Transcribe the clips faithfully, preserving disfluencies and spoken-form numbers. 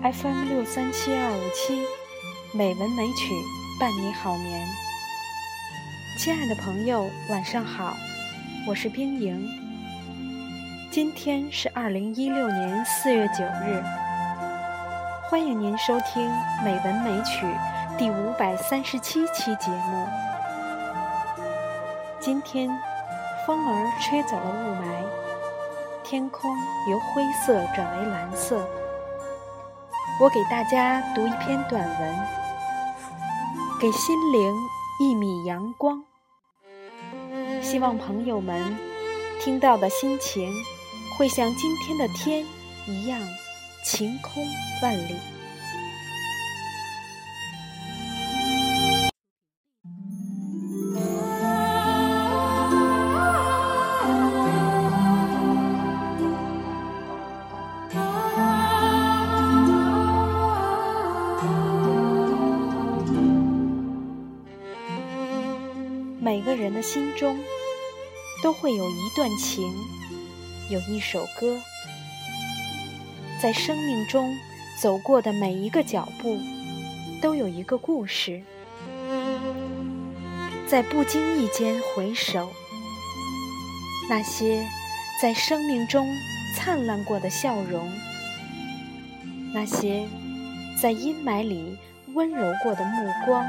F M 六三七二五七，美文美曲伴你好眠。亲爱的朋友，晚上好，我是冰莹。今天是二零一六年四月九日，欢迎您收听《美文美曲》第五百三十七期节目。今天，风儿吹走了雾霾，天空由灰色转为蓝色。我给大家读一篇短文，给心灵一米阳光。希望朋友们听到的心情会像今天的天一样晴空万里。每个人的心中都会有一段情，有一首歌，在生命中走过的每一个脚步都有一个故事，在不经意间回首，那些在生命中灿烂过的笑容，那些在阴霾里温柔过的目光，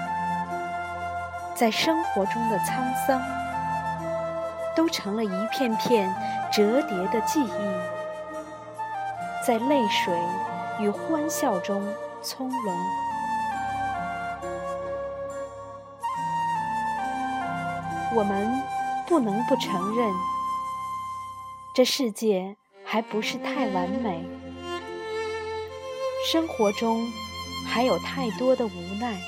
在生活中的沧桑，都成了一片片折叠的记忆，在泪水与欢笑中从容。我们不能不承认，这世界还不是太完美，生活中还有太多的无奈。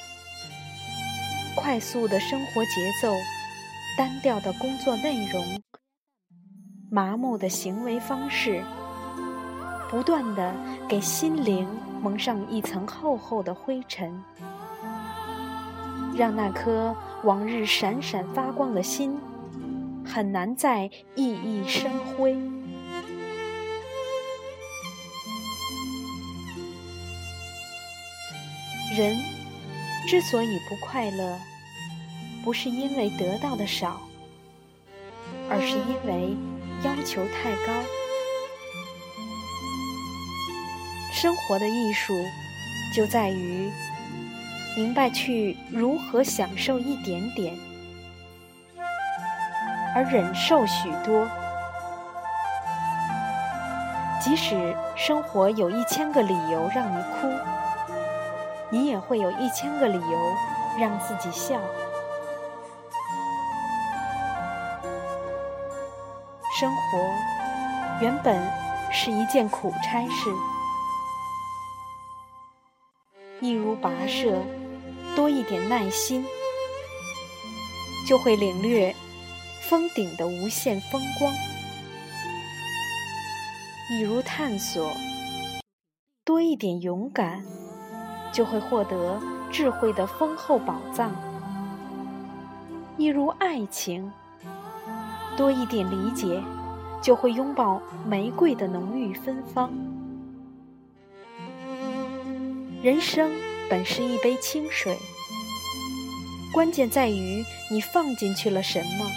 快速的生活节奏，单调的工作内容，麻木的行为方式，不断地给心灵蒙上一层厚厚的灰尘，让那颗往日闪闪发光的心很难再熠熠生辉。人之所以不快乐，不是因为得到的少，而是因为要求太高。生活的艺术就在于明白去如何享受一点点，而忍受许多。即使生活有一千个理由让你哭，你也会有一千个理由让自己笑。生活原本是一件苦差事，一如跋涉，多一点耐心，就会领略峰顶的无限风光；一如探索，多一点勇敢，就会获得智慧的丰厚宝藏；一如爱情，多一点理解，就会拥抱玫瑰的浓郁芬芳。人生本是一杯清水，关键在于你放进去了什么。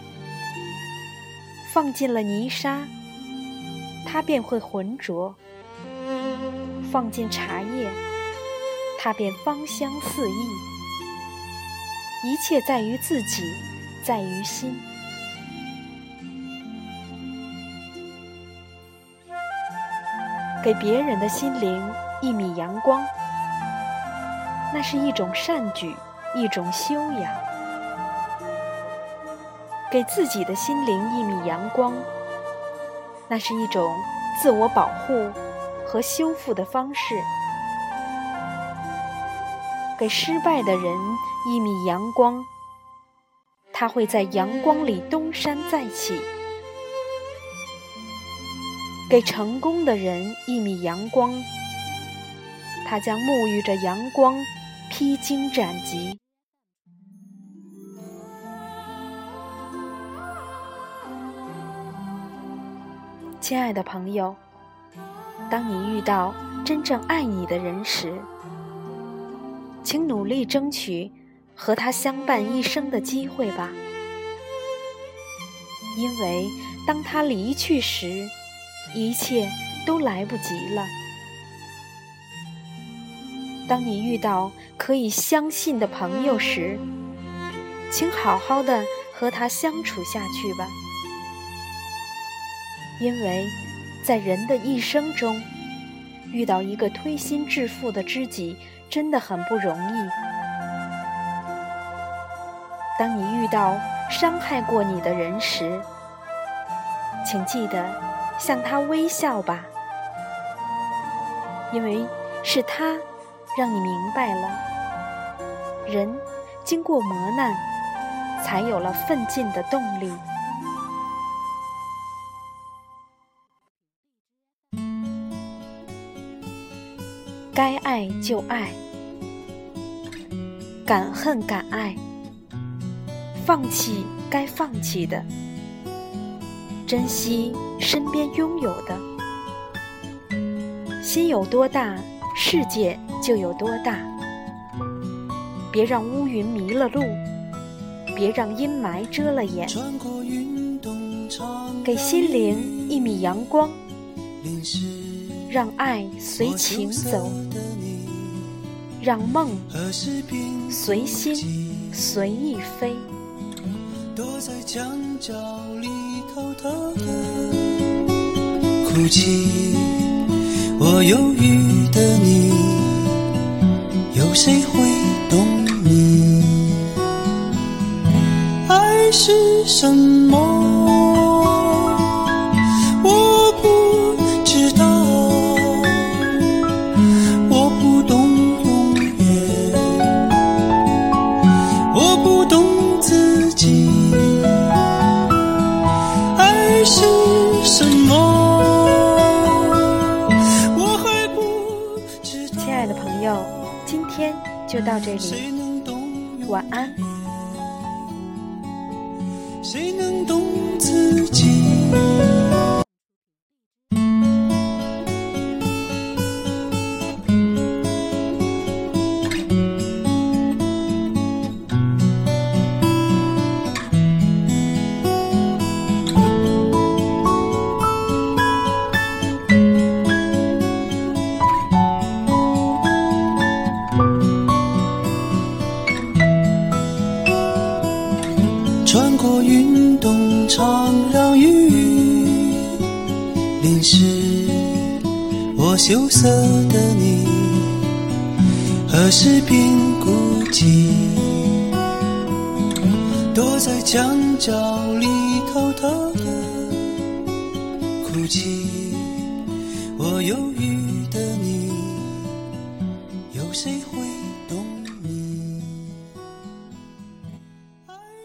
放进了泥沙，它便会浑浊；放进茶叶，它便芳香四溢。一切在于自己，在于心。给别人的心灵一米阳光，那是一种善举，一种修养。给自己的心灵一米阳光，那是一种自我保护和修复的方式。给失败的人一米阳光，他会在阳光里东山再起。给成功的人一米阳光，他将沐浴着阳光，披荆斩棘。亲爱的朋友，当你遇到真正爱你的人时，请努力争取和他相伴一生的机会吧。因为当他离去时，一切都来不及了。当你遇到可以相信的朋友时，请好好的和他相处下去吧。因为在人的一生中，遇到一个推心置腹的知己真的很不容易。当你遇到伤害过你的人时，请记得向他微笑吧。因为是他让你明白了，人经过磨难才有了奋进的动力。该爱就爱，敢恨敢爱，放弃该放弃的，珍惜身边拥有的。心有多大，世界就有多大。别让乌云迷了路，别让阴霾遮了眼，给心灵一米阳光，让爱随情走，让梦随心随意飞。 躲在墙角里偷偷的哭泣，我忧郁的你，有谁会懂你？爱是什么？我不知道，我不懂永远，我不懂自己。爱是什么？我还不知道。 亲爱的朋友，今天就到这里，晚安。 谁能懂自己？穿过运动场，让雨淋湿我羞涩的你，何时变孤寂？躲在墙角里偷偷的哭泣，我忧郁的你，有谁会